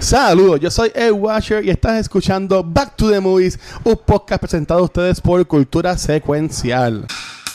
Saludos, yo soy Ed Washer y estás escuchando Back to the Movies, un podcast presentado a ustedes por Cultura Secuencial.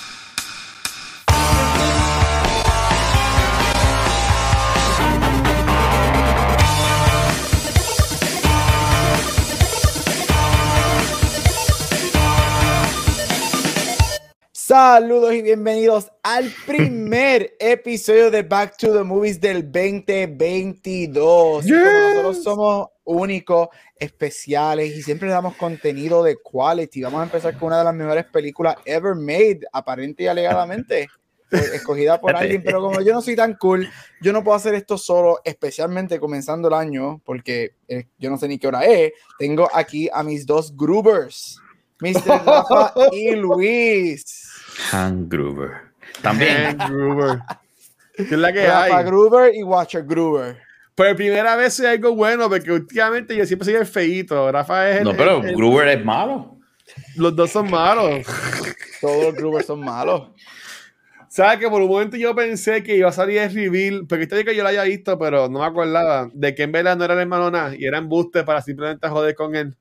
Saludos y bienvenidos al primer episodio de Back to the Movies del 2022. Yes. Como nosotros somos únicos, especiales y siempre damos contenido de quality, vamos a empezar con una de las mejores películas ever made, aparente y alegadamente escogida por alguien, pero como yo no soy tan cool, yo no puedo hacer esto solo, especialmente comenzando el año, porque yo no sé ni qué hora es. Tengo aquí a mis dos Grubers, Mr. Rafa y Luis. Han Gruber. También. Han Gruber. ¿Qué es la que Rafa hay? Gruber y Watcher Gruber. Por primera vez es algo bueno, porque últimamente yo siempre soy el feíto. Rafa es el... No, pero Gruber es malo. Los dos son malos. Todos los Grubers son malos. ¿Sabes que por un momento yo pensé que iba a salir el reveal? Porque esto que yo lo haya visto, pero no me acordaba de que en verdad no era el hermano nada y era embuste para simplemente joder con él.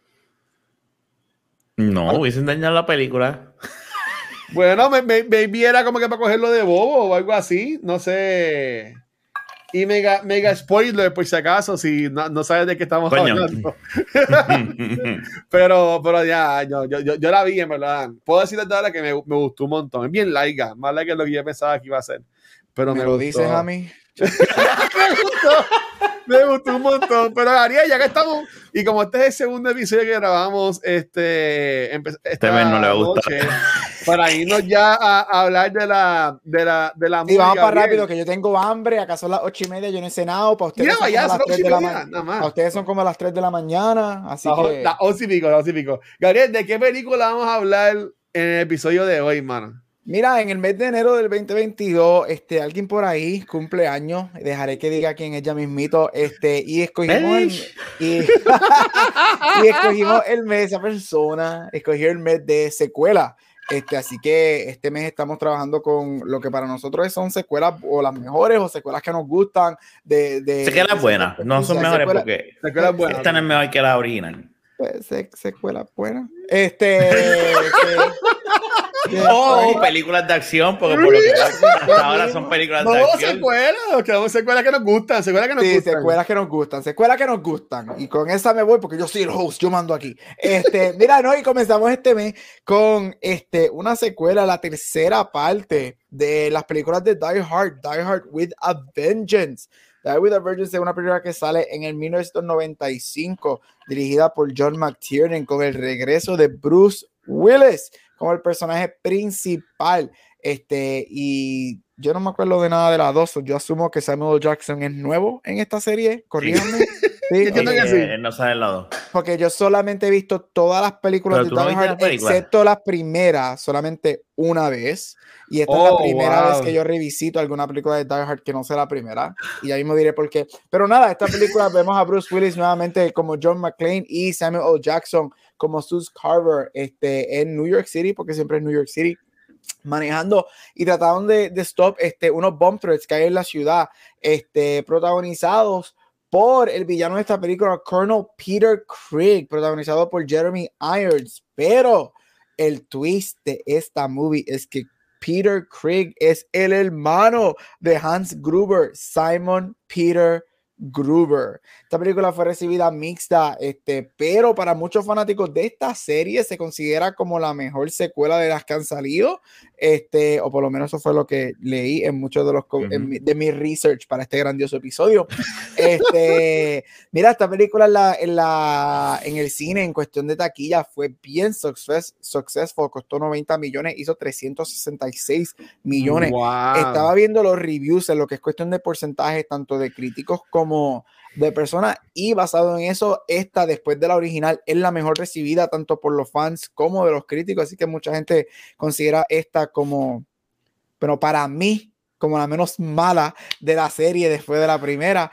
No, hubiesen dañado la película. Bueno, me era como que para cogerlo de bobo o algo así, no sé. Y mega spoiler, por si acaso, si no sabes de qué estamos hablando. pero ya, yo la vi, en verdad. Puedo decirles ahora que me gustó un montón. Es bien larga, más larga que lo que yo pensaba que iba a ser. Pero me lo gustó. dices a mí. Me gustó un montón. Pero Ariel, ya que estamos, y como este es el segundo episodio que grabamos, este vez no le va a gustar. Para irnos ya a hablar de la sí, vamos para rápido, que yo tengo hambre. Acá son las 8:30, yo no he cenado. Para ustedes, para ustedes son como las 3 de la mañana. Así que... Las 11 y pico. Gabriel, ¿de qué película vamos a hablar en el episodio de hoy, mano? Mira, en el mes de enero del 2022, alguien por ahí cumple años. Dejaré que diga quién es ya mismito. Y escogimos escogimos el mes, esa persona escogió el mes de secuela. Así que este mes estamos trabajando con lo que para nosotros son secuelas o las mejores o secuelas que nos gustan. Secuelas buenas, no son mejores porque esta no es mejor que la original. Secuelas buenas. Películas de acción, porque por lo que hasta ahora son películas de acción. Secuelas que nos gustan, secuelas que nos gustan. Y con esa me voy porque yo soy el host, yo mando aquí. Mira, y comenzamos este mes con una secuela, la tercera parte de las películas de Die Hard with a Vengeance. Die Hard with a Vengeance es una película que sale en el 1995, dirigida por John McTiernan, con el regreso de Bruce Willis como el personaje principal. Y yo no me acuerdo de nada de las dos. Yo asumo que Samuel L. Jackson es nuevo en esta serie. Corríjanme. Sí, no sabe el lado. Porque yo solamente he visto todas las películas de Die Hard, excepto las primeras, solamente una vez. Y esta es la primera vez que yo revisito alguna película de Die Hard que no sea la primera. Y ya mismo diré por qué. Pero nada, esta película vemos a Bruce Willis nuevamente como John McClane y Samuel L. Jackson como Sus Carver en New York City, porque siempre es New York City, manejando y trataron de stop unos bomb threats que hay en la ciudad, protagonizados por el villano de esta película, Colonel Peter Krieg, protagonizado por Jeremy Irons. Pero el twist de esta movie es que Peter Krieg es el hermano de Hans Gruber, Simon Peter Gruber. Esta película fue recibida mixta, pero para muchos fanáticos de esta serie se considera como la mejor secuela de las que han salido, o por lo menos eso fue lo que leí en muchos de los de mi research para este grandioso episodio. Mira, esta película en el cine, en cuestión de taquilla, fue bien successful, costó 90 millones, hizo 366 millones. Wow. Estaba viendo los reviews en lo que es cuestión de porcentajes, tanto de críticos como de personas, y basado en eso, esta, después de la original, es la mejor recibida tanto por los fans como de los críticos, así que mucha gente considera esta como, pero para mí, como la menos mala de la serie después de la primera.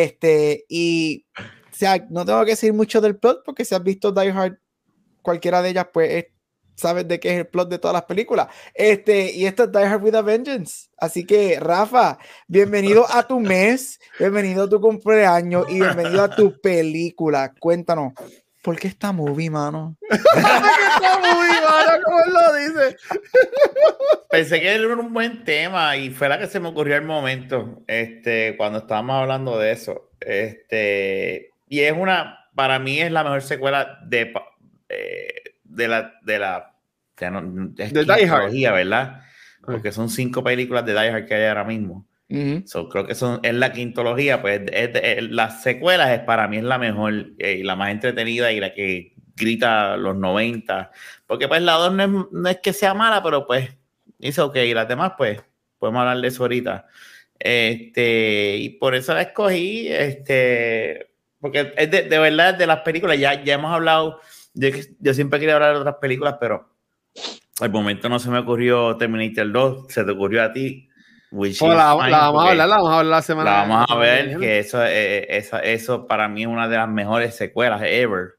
Y o sea, no tengo que decir mucho del plot, porque si has visto Die Hard, cualquiera de ellas, pues es sabes de qué es el plot de todas las películas. Y esto es Die Hard with a Vengeance. Así que, Rafa, bienvenido a tu mes, bienvenido a tu cumpleaños y bienvenido a tu película. Cuéntanos, ¿por qué esta movie, mano? ¿Por qué esta movie, mano? ¿Cómo él lo dice? Pensé que era un buen tema y fue la que se me ocurrió al momento, cuando estábamos hablando de eso. Y es para mí es la mejor secuela de Die Hard, ¿verdad? Porque son 5 películas de Die Hard que hay ahora mismo. Creo que es la quintología, pues las secuelas para mí es la mejor y la más entretenida y la que grita los 90, porque pues la 2 no es que sea mala, pero pues dice ok, y las demás pues podemos hablar de eso ahorita. Y por eso la escogí, porque es de verdad de las películas, ya hemos hablado, yo siempre quería hablar de otras películas, pero al momento no se me ocurrió Terminator 2, se te ocurrió a ti. La vamos a hablar la semana. La vamos a ver, que eso para mí es una de las mejores secuelas ever.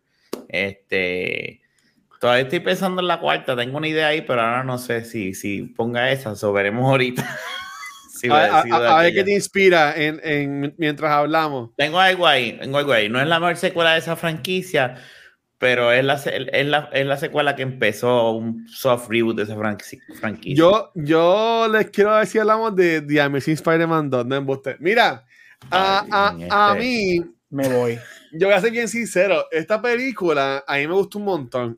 Todavía estoy pensando en la cuarta, tengo una idea ahí, pero ahora no sé si ponga esa, veremos ahorita. A ver qué te inspira mientras hablamos. Tengo algo ahí. No es la mejor secuela de esa franquicia, pero es la secuela que empezó un soft reboot de esa franquicia. Yo les quiero decir, hablamos de The Amazing Spider-Man 2, no embuste. Mira, a mí me voy. Yo voy a ser bien sincero, esta película a mí me gustó un montón.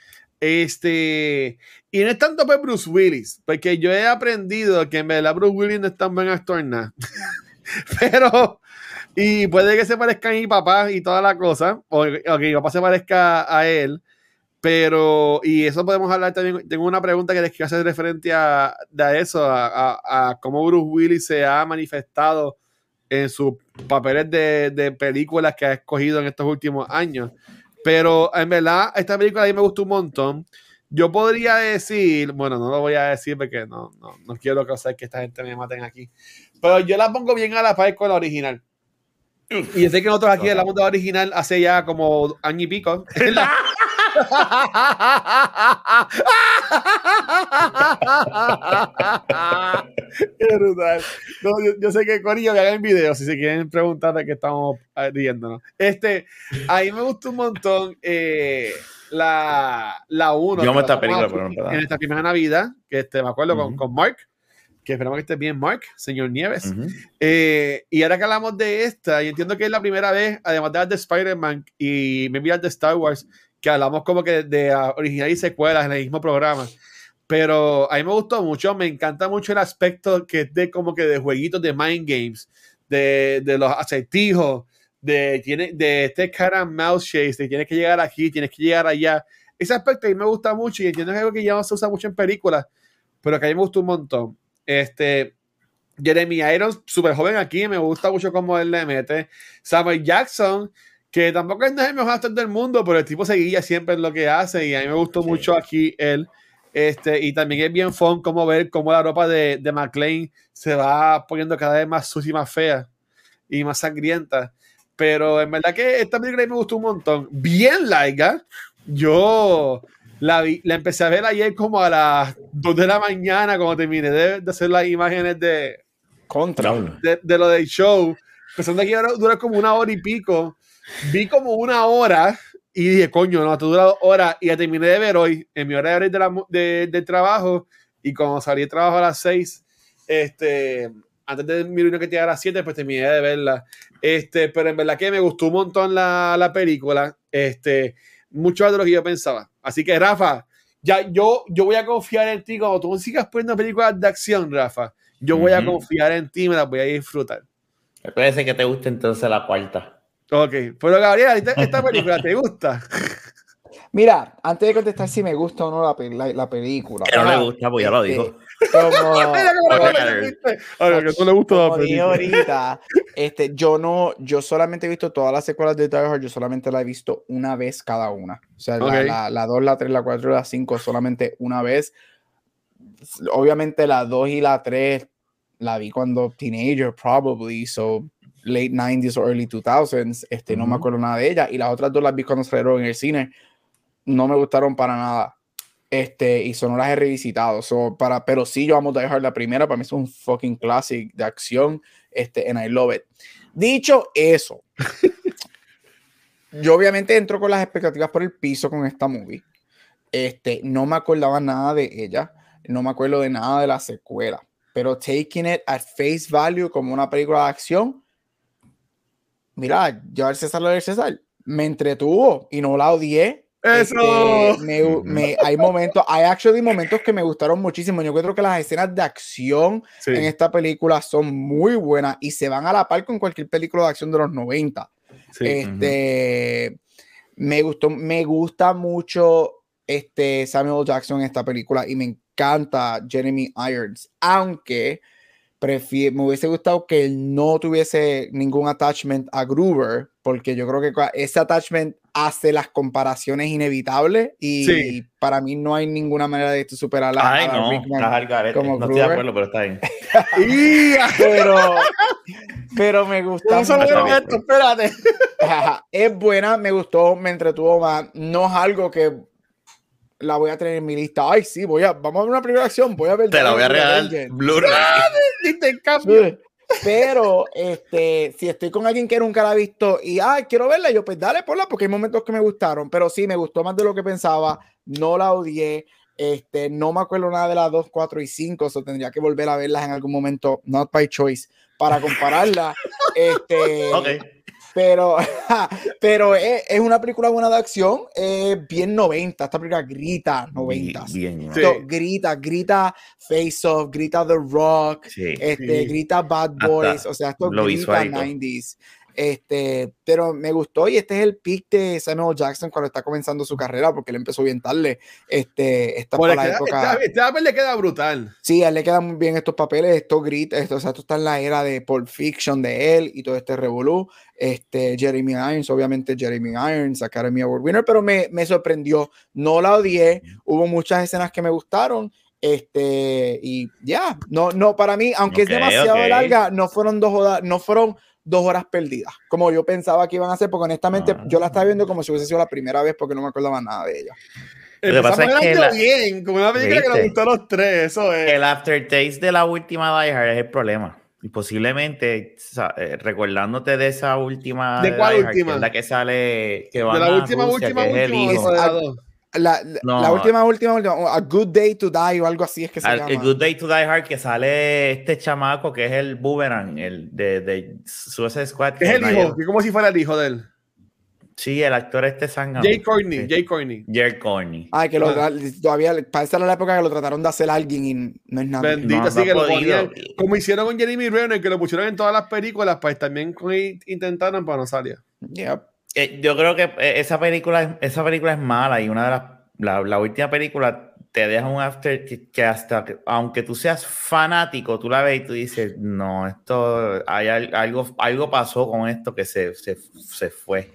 Y no es tanto por Bruce Willis, porque yo he aprendido que en verdad Bruce Willis no es tan buen actor nada. Pero, y puede que se parezca a mi papá y toda la cosa, o que mi papá se parezca a él, pero, y eso podemos hablar también. Tengo una pregunta que les quiero hacer referente a eso, a cómo Bruce Willis se ha manifestado en sus papeles de películas que ha escogido en estos últimos años. Pero en verdad, esta película a mí me gustó un montón. Yo podría decir, bueno, no lo voy a decir porque no quiero causar que esta gente me maten aquí, pero yo la pongo bien a la par con la original. Y yo sé que nosotros aquí hablamos de la original hace ya como año y pico. Qué brutal. No, yo sé que Corillo que hagan videos si se quieren preguntar de qué estamos riéndonos. A mí me gustó un montón la 1 yo esta película en esta primera Navidad, que me acuerdo con Mark, que esperamos que esté bien Mark, señor Nieves. Y ahora que hablamos de esta, y entiendo que es la primera vez, además de las de Spider-Man y me las de Star Wars, que hablamos como que de original y secuelas en el mismo programa. Pero a mí me gustó mucho, me encanta mucho el aspecto que es de como que de jueguitos de mind games, de los acertijos, de este cat and mouse chase, de tienes que llegar aquí, tienes que llegar allá. Ese aspecto a mí me gusta mucho y entiendo que es algo que ya no se usa mucho en películas, pero que a mí me gustó un montón. Jeremy Irons, súper joven aquí, me gusta mucho cómo él le mete. Samuel Jackson, que tampoco es el mejor actor del mundo, pero el tipo seguía siempre en lo que hace y a mí me gustó mucho aquí él. Y también es bien fun como ver cómo la ropa de McClane se va poniendo cada vez más sucia y más fea y más sangrienta. Pero en verdad que esta película me gustó un montón. Bien larga. Yo la empecé a ver ayer como a las 2 de la mañana cuando terminé de hacer las imágenes de lo del show. Pensando que iba a durar como 1 hora y pico. Vi como 1 hora y dije, coño, no, te dura 2 horas. Y ya terminé de ver hoy en mi hora de trabajo. Y cuando salí de trabajo a las 6, antes de mi reunión que te a las 7, pues terminé de verla. Pero en verdad que me gustó un montón la película. Mucho más de lo que yo pensaba. Así que, Rafa, ya yo voy a confiar en ti. Cuando tú sigas poniendo películas de acción, Rafa, yo voy a confiar en ti y me las voy a disfrutar. Parece que te gusta entonces la cuarta. Ok, pero Gabriela, ¿esta película te gusta? Mira, antes de contestar si me gusta o no la película. Que no le gusta, pues ya lo digo. Ahorita, yo solamente he visto todas las secuelas de Die Hard, yo solamente la he visto una vez cada una. O sea, la 2, la 3, la 4 y la 5 solamente una vez. Obviamente la 2 y la 3 la vi cuando teenager, probably, so late 90s o early 2000s, no me acuerdo nada de ella. Y las otras 2 las vi cuando salieron en el cine. No me gustaron para nada. y eso no las he revisitado. Pero sí, yo amo Die Hard la primera. Para mí es un fucking classic de acción. And I love it. Dicho eso, yo obviamente entro con las expectativas por el piso con esta movie. No me acordaba nada de ella. No me acuerdo de nada de la secuela. Pero taking it at face value como una película de acción, mira, yo al César lo del César, me entretuvo y no la odié. ¡Eso! Hay momentos que me gustaron muchísimo. Yo creo que las escenas de acción en esta película son muy buenas y se van a la par con cualquier película de acción de los 90. Sí. Me gusta mucho Samuel Jackson en esta película y me encanta Jeremy Irons, aunque me hubiese gustado que él no tuviese ningún attachment a Gruber, porque yo creo que ese attachment hace las comparaciones inevitables y para mí no hay ninguna manera de superar a no, Rickman como no Gruber. Estoy de acuerdo, pero está bien. pero me gusta mucho. Espérate. Es buena, me gustó, me entretuvo más. No es algo que la voy a tener en mi lista. Ay, sí, vamos a ver una primera acción. Voy a ver. Te la voy a regalar Blu-ray. Pero si estoy con alguien que nunca la ha visto y quiero verla, yo pues dale ponla porque hay momentos que me gustaron, pero sí, me gustó más de lo que pensaba. No la odié. No me acuerdo nada de las 2, 4 y 5, so tendría que volver a verlas en algún momento, not by choice, para compararla. Okay. Pero es una película buena de acción, bien 90. Esta película grita 90. Grita Face Off, grita The Rock, grita Bad Boys. Hasta, o sea, esto grita 90s. Pero me gustó y este es el pick de Samuel Jackson cuando está comenzando su carrera, porque él empezó bien tarde. Esta le queda brutal. Sí, a él le quedan muy bien estos papeles, esto está en la era de Pulp Fiction de él y todo este revolú. Jeremy Irons, obviamente Jeremy Irons, Academy Award winner, pero me sorprendió, no la odié, hubo muchas escenas que me gustaron. Y ya, no, para mí, aunque es demasiado larga, no fueron 2 horas perdidas, como yo pensaba que iban a ser, porque honestamente yo la estaba viendo como si hubiese sido la primera vez porque no me acordaba nada de ella. Lo que pasa es que bien, como una película que nos gustó a los tres, eso es. El aftertaste de la última Die Hard es el problema. Y posiblemente, recordándote de esa última... ¿De cuál última? Que es la que sale... Que de la última, la última, A Good Day to Die o algo así es que se llama. A Good Day to Die Hard, que sale este chamaco que es el Boomerang, el de Suicide Squad. Es el hijo, como si fuera el hijo de él. Sí, el actor zángano. Jay Courtney. Que todavía parece la época que lo trataron de hacer a alguien y no es nada. Bendito, sí, que lo ponían, como hicieron con Jeremy Renner, que lo pusieron en todas las películas, pues también intentaron, pero no salía. Yo creo que esa película es mala y una de la última película te deja un after que hasta aunque tú seas fanático, tú la ves y tú dices, no, esto hay algo pasó con esto que se fue.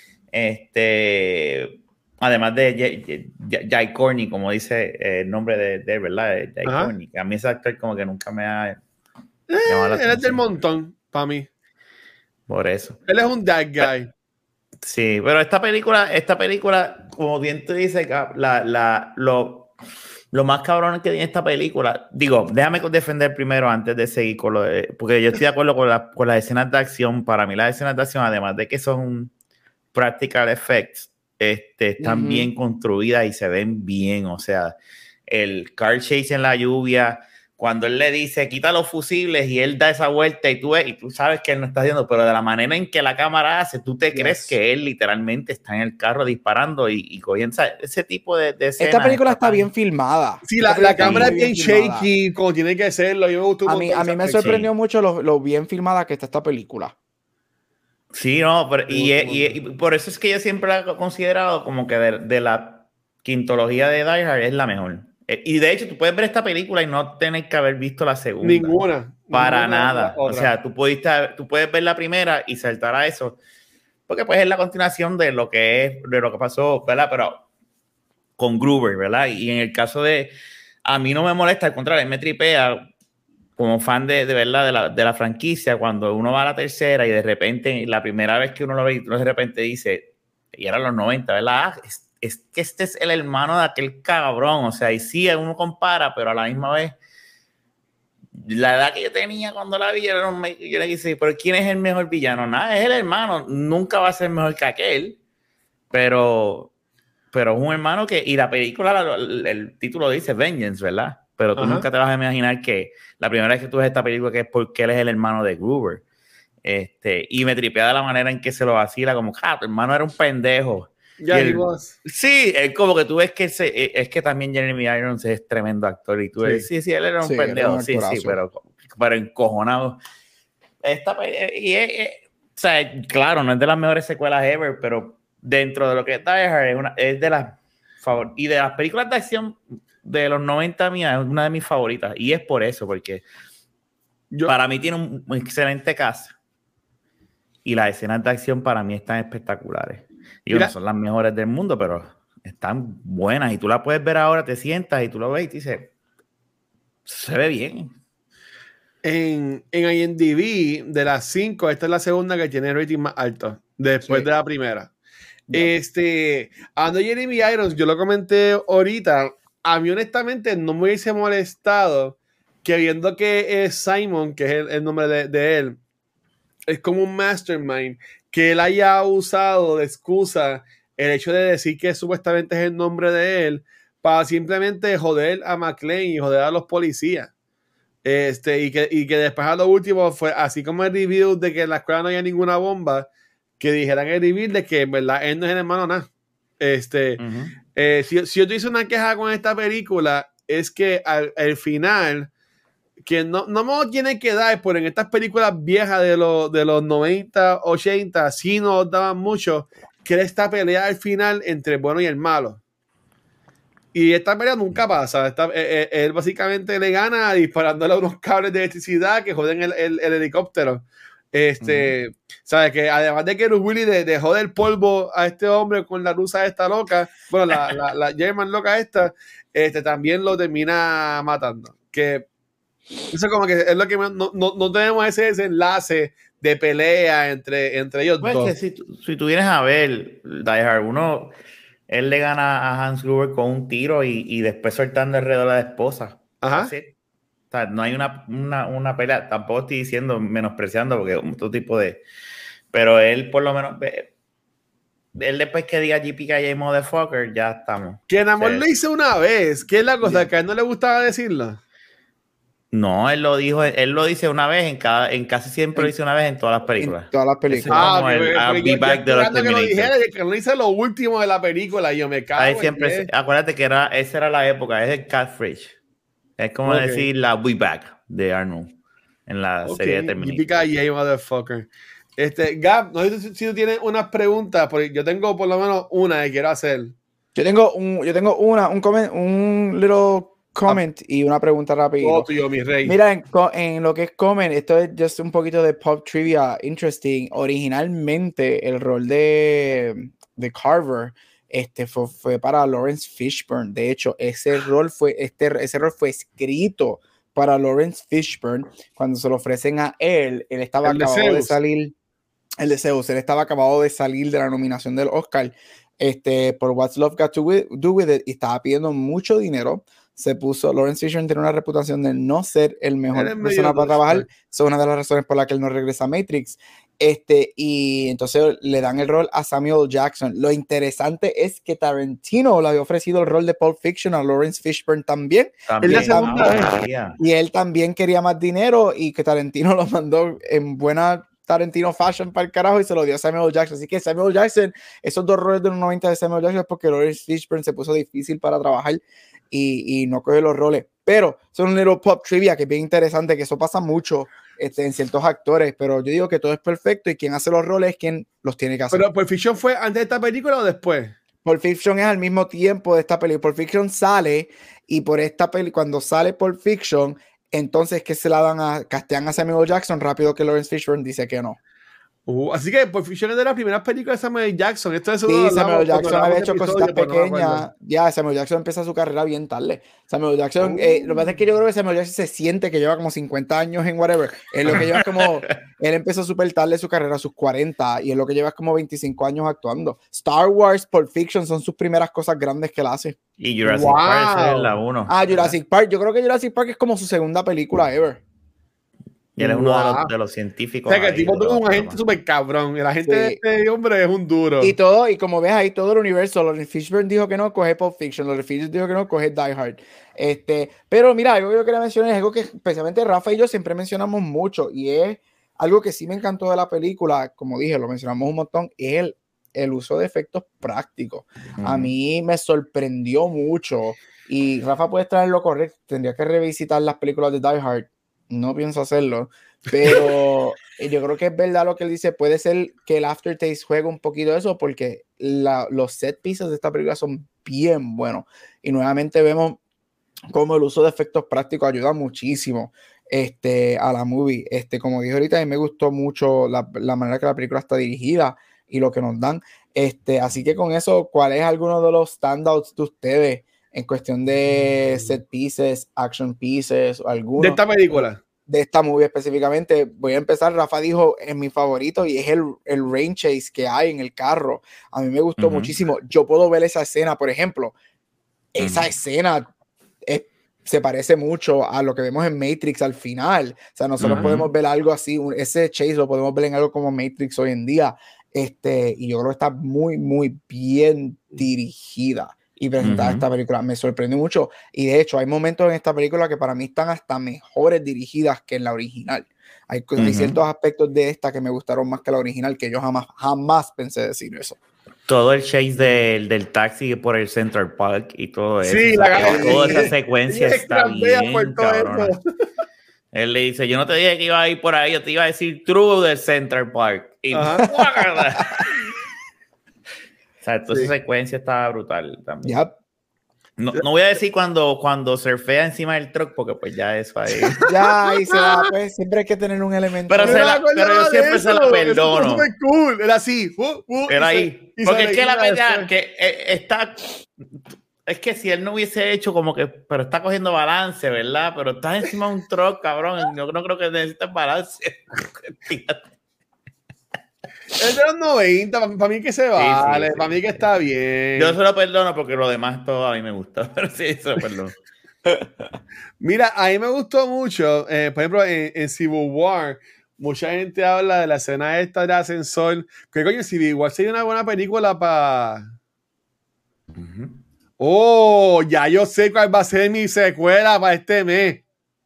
Además de Jai Courtney, como dice el nombre de ¿verdad? Jai Courtney. A mí ese actor como que nunca me ha llamado la atención. Él es del montón, para mí. Por eso. Él es un that guy. Sí, pero esta película, como bien tú dices, lo más cabrón que tiene esta película, digo, déjame defender primero antes de seguir con lo de, porque yo estoy de acuerdo con las escenas de acción. Para mí las escenas de acción, además de que son practical effects, están bien construidas y se ven bien. O sea, el car chase en la lluvia, cuando él le dice quita los fusibles y él da esa vuelta y tú sabes que él no está haciendo, pero de la manera en que la cámara hace, tú te crees que él literalmente está en el carro disparando y comienza ese tipo de escenas. Esta película está bien filmada. Sí, la cámara es bien shaky, como tiene que serlo. A mí me sorprendió mucho lo bien filmada que está esta película. Sí, no, pero, y por eso es que yo siempre la he considerado como que de la quintología de Die Hard es la mejor. Y de hecho, tú puedes ver esta película y no tener que haber visto la segunda. Ninguna. Nada. O sea, tú puedes ver la primera y saltar a eso. Porque pues es la continuación de lo que pasó, ¿verdad? Pero con Gruber, ¿verdad? Y en el caso a mí no me molesta, al contrario, me tripea como fan de verdad de la franquicia, cuando uno va a la tercera y de repente, la primera vez que uno lo ve, uno de repente dice, y eran los 90, ¿verdad? es que este es el hermano de aquel cabrón, o sea, y sí, uno compara, pero a la misma vez, la edad que yo tenía cuando la vi, yo le quise, pero ¿quién es el mejor villano? Nada, es el hermano, nunca va a ser mejor que aquel, pero es un hermano que, y la película, el título dice Vengeance, ¿verdad? Pero tú nunca te vas a imaginar que la primera vez que tú ves esta película que es porque él es el hermano de Gruber. Y me tripea de la manera en que se lo vacila, como, tu hermano era un pendejo. Sí, es como que tú ves que es que también Jeremy Irons es tremendo actor y tú ves, sí, él era un pendejo, sí, pero encojonado. O sea, claro, no es de las mejores secuelas ever, pero dentro de lo que es Die Hard es de las favoritas. Y de las películas de acción de los 90 mía, es una de mis favoritas. Y es por eso, porque para mí tiene un excelente cast. Y las escenas de acción para mí están espectaculares. Y no son las mejores del mundo, pero están buenas. Y tú la puedes ver ahora, te sientas y tú lo ves y te dices, se ve bien. En IMDb, de las 5, esta es la segunda que tiene rating más alto, después de la primera. Hablando de Jeremy Irons, yo lo comenté ahorita, a mí honestamente no me hubiese molestado que viendo que es Simon, que es el nombre de él, es como un mastermind, que él haya usado de excusa el hecho de decir que supuestamente es el nombre de él para simplemente joder a McClane y joder a los policías. Y que después a lo último fue así como el review de que en la escuela no había ninguna bomba, que dijeran el review de que en verdad él no es el hermano nada. Si yo te hice una queja con esta película, es que al final, que no me tiene que dar, pero en estas películas viejas de los 90, 80, sí nos daban mucho, que era esta pelea al final entre el bueno y el malo. Y esta pelea nunca pasa. Él básicamente le gana disparándole a unos cables de electricidad que joden el helicóptero. ¿Sabes? Que además de que Bruce Willis de joder polvo a este hombre con la rusa esta loca, bueno, la German loca esta, también lo termina matando. Que eso como que es lo que no tenemos ese enlace de pelea entre ellos dos. Que si tú vienes a ver Die Hard 1, él le gana a Hans Gruber con un tiro y después soltando alrededor a la esposa. Ajá. Así. O sea, no hay una pelea. Tampoco estoy diciendo, menospreciando, porque otro tipo de... Pero él, por lo menos... Él después que diga JPKJ motherfucker, ya estamos. Que en amor lo hice una vez. ¿Qué es la cosa? Que a él no le gustaba decirlo. No, él lo dice una vez en casi siempre lo dice una vez en todas las películas. En todas las películas. I'll be back de los Terminators. Que no dice lo último de la película y yo me cago. Ahí siempre, acuérdate que esa era la época, es el Catfish. Es como decir la We Back de Arnold en la serie de Terminator. JPKJ motherfucker. Gab, no sé si tú tienes unas preguntas, porque yo tengo por lo menos una que quiero hacer. Yo tengo un little comment y una pregunta rápida. Mi rey. Mira, en lo que es comment, esto es just un poquito de pop trivia interesting. Originalmente el rol de Carver fue para Lawrence Fishburne. De hecho, ese rol fue escrito para Lawrence Fishburne. Cuando se lo ofrecen a él estaba acabado de salir. El de Zeus, él estaba acabado de salir de la nominación del Oscar por What's Love Got to Do With It y estaba pidiendo mucho dinero. Lawrence Fishburne tiene una reputación de no ser el mejor persona para trabajar. Esa es una de las razones por las que él no regresa a Matrix. Y entonces le dan el rol a Samuel Jackson. Lo interesante es que Tarantino le había ofrecido el rol de Pulp Fiction a Lawrence Fishburne también. Y él también quería más dinero y que Tarantino lo mandó en buena Tarantino fashion para el carajo y se lo dio a Samuel Jackson. Así que Samuel Jackson, esos dos roles de los 90 de Samuel Jackson es porque Lawrence Fishburne se puso difícil para trabajar y no coge los roles. Pero son un little pop trivia que es bien interesante, que eso pasa mucho en ciertos actores, pero yo digo que todo es perfecto y quien hace los roles es quien los tiene que hacer. ¿Pero Pulp Fiction fue antes de esta película o después? Pulp Fiction es al mismo tiempo de esta película. Pulp Fiction sale y por esta película, cuando sale Pulp Fiction, entonces que se la dan castean a Samuel Jackson rápido que Lawrence Fishburne dice que no. Así que Pulp Fiction es de las primeras películas de Samuel Jackson. Esto es sí, Samuel Jackson había hecho cositas pequeñas. Ya, Samuel Jackson empieza su carrera bien tarde. Samuel Jackson, lo que pasa es que yo creo que Samuel Jackson se siente que lleva como 50 años en whatever. Es lo que lleva como, él empezó súper tarde su carrera, a sus 40, y es lo que lleva como 25 años actuando. Star Wars, Pulp Fiction son sus primeras cosas grandes que él hace. Y Jurassic Park es la 1. Jurassic Park. Yo creo que Jurassic Park es como su segunda película ever. Y él es uno de los científicos. O sea, que el tipo tuvo un agente súper cabrón. El agente de este hombre es un duro. Y como ves ahí, todo el universo. Lawrence Fishburne dijo que no, coge Pulp Fiction. Lawrence Fishburne dijo que no, coge Die Hard. Pero mira, algo que yo quería mencionar es algo que especialmente Rafa y yo siempre mencionamos mucho. Y es algo que sí me encantó de la película. Como dije, lo mencionamos un montón. Es el uso de efectos prácticos. A mí me sorprendió mucho. Y Rafa puede estar en lo correcto. Tendría que revisitar las películas de Die Hard. No pienso hacerlo, pero yo creo que es verdad lo que él dice. Puede ser que el aftertaste juegue un poquito de eso, porque los set pieces de esta película son bien buenos. Y nuevamente vemos cómo el uso de efectos prácticos ayuda muchísimo a la movie. Como dije ahorita, a mí me gustó mucho la manera que la película está dirigida y lo que nos dan. Así que con eso, ¿cuál es alguno de los standouts de ustedes en cuestión de set pieces, action pieces o alguno? De esta película. De esta movie específicamente. Voy a empezar. Rafa dijo en mi favorito y es el rain chase que hay en el carro. A mí me gustó muchísimo. Yo puedo ver esa escena, por ejemplo. Esa escena se parece mucho a lo que vemos en Matrix al final. O sea, nosotros podemos ver algo así. Ese chase lo podemos ver en algo como Matrix hoy en día. Y yo creo que está muy, muy bien dirigida y presentada esta película. Me sorprendió mucho. Y de hecho, hay momentos en esta película que para mí están hasta mejores dirigidas que en la original. Hay ciertos aspectos de esta que me gustaron más que la original, que yo jamás pensé decir eso. Todo el chase del taxi por el Central Park y todo eso. Sí, toda esa secuencia está bien, cabrón. Él le dice, yo no te dije que iba a ir por ahí, yo te iba a decir true del Central Park. Y o sea, toda esa secuencia estaba brutal también. Yep. No voy a decir cuando surfea encima del truck, porque pues ya eso ahí. Ya, ahí se va, pues siempre hay que tener un elemento. Pero yo siempre se la perdono. Es súper cool. Era así. Era ahí. Porque es que la verdad que está... Es que si él no hubiese hecho como que... Pero está cogiendo balance, ¿verdad? Pero está encima de un truck, cabrón. Yo no creo que necesites balance. Es de los 90, para mí que se vale, para mí que está bien. Yo se lo perdono porque lo demás todo a mí me gusta, pero sí, se lo perdono. Mira, a mí me gustó mucho, por ejemplo, en Civil War, mucha gente habla de la escena esta del ascensor. ¿Qué coño? Civil War sería una buena película para... Oh, ya yo sé cuál va a ser mi secuela para este mes.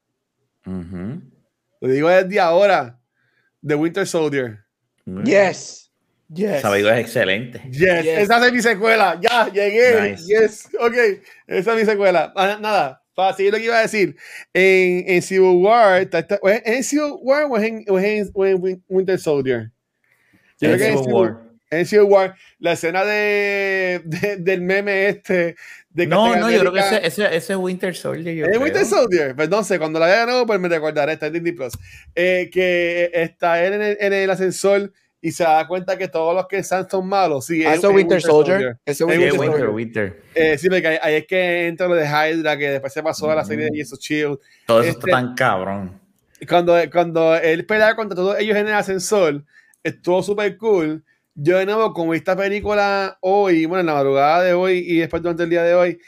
Lo digo desde ahora. The Winter Soldier. Yes. Esa película es excelente. Yes. Esa es mi secuela. Ya, llegué. Nice. Yes. Ok. Esa es mi secuela. Nada. Para seguir lo que iba a decir. En Civil War. ¿En Civil War o es en Winter Soldier? Yo creo que en Civil War. La escena del meme No, yo creo que ese es Winter Soldier. ¿Es Winter Soldier? Pues no sé, cuando la vea de nuevo, pues me recordaré. Está en Disney Plus. Que está él en el ascensor y se da cuenta que todos los que están son malos. Sí, eso es Winter Soldier. Eso es Winter. Sí, porque ahí es que entra lo de Hydra, que después se pasó a la serie de Jesus Shield. Todo eso está tan cabrón. Cuando él pelea contra todos ellos en el ascensor, estuvo súper cool. Yo de nuevo, como vi esta película hoy, bueno, en la madrugada de hoy y después durante el día de hoy,